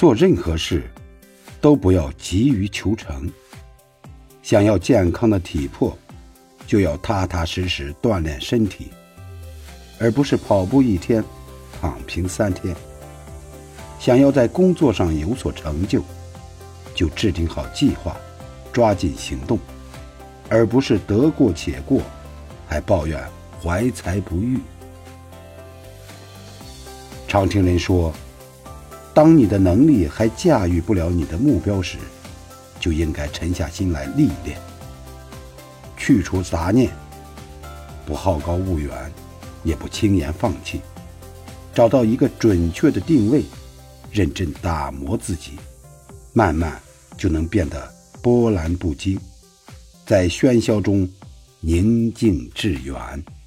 做任何事都不要急于求成。想要健康的体魄，就要踏踏实实锻炼身体，而不是跑步1天，躺平3天。想要在工作上有所成就，就制定好计划，抓紧行动，而不是得过且过，还抱怨怀才不遇。常听人说，当你的能力还驾驭不了你的目标时，就应该沉下心来历练，去除杂念，不好高骛远，也不轻言放弃，找到一个准确的定位，认真打磨自己，慢慢就能变得波澜不惊，在喧嚣中宁静致远。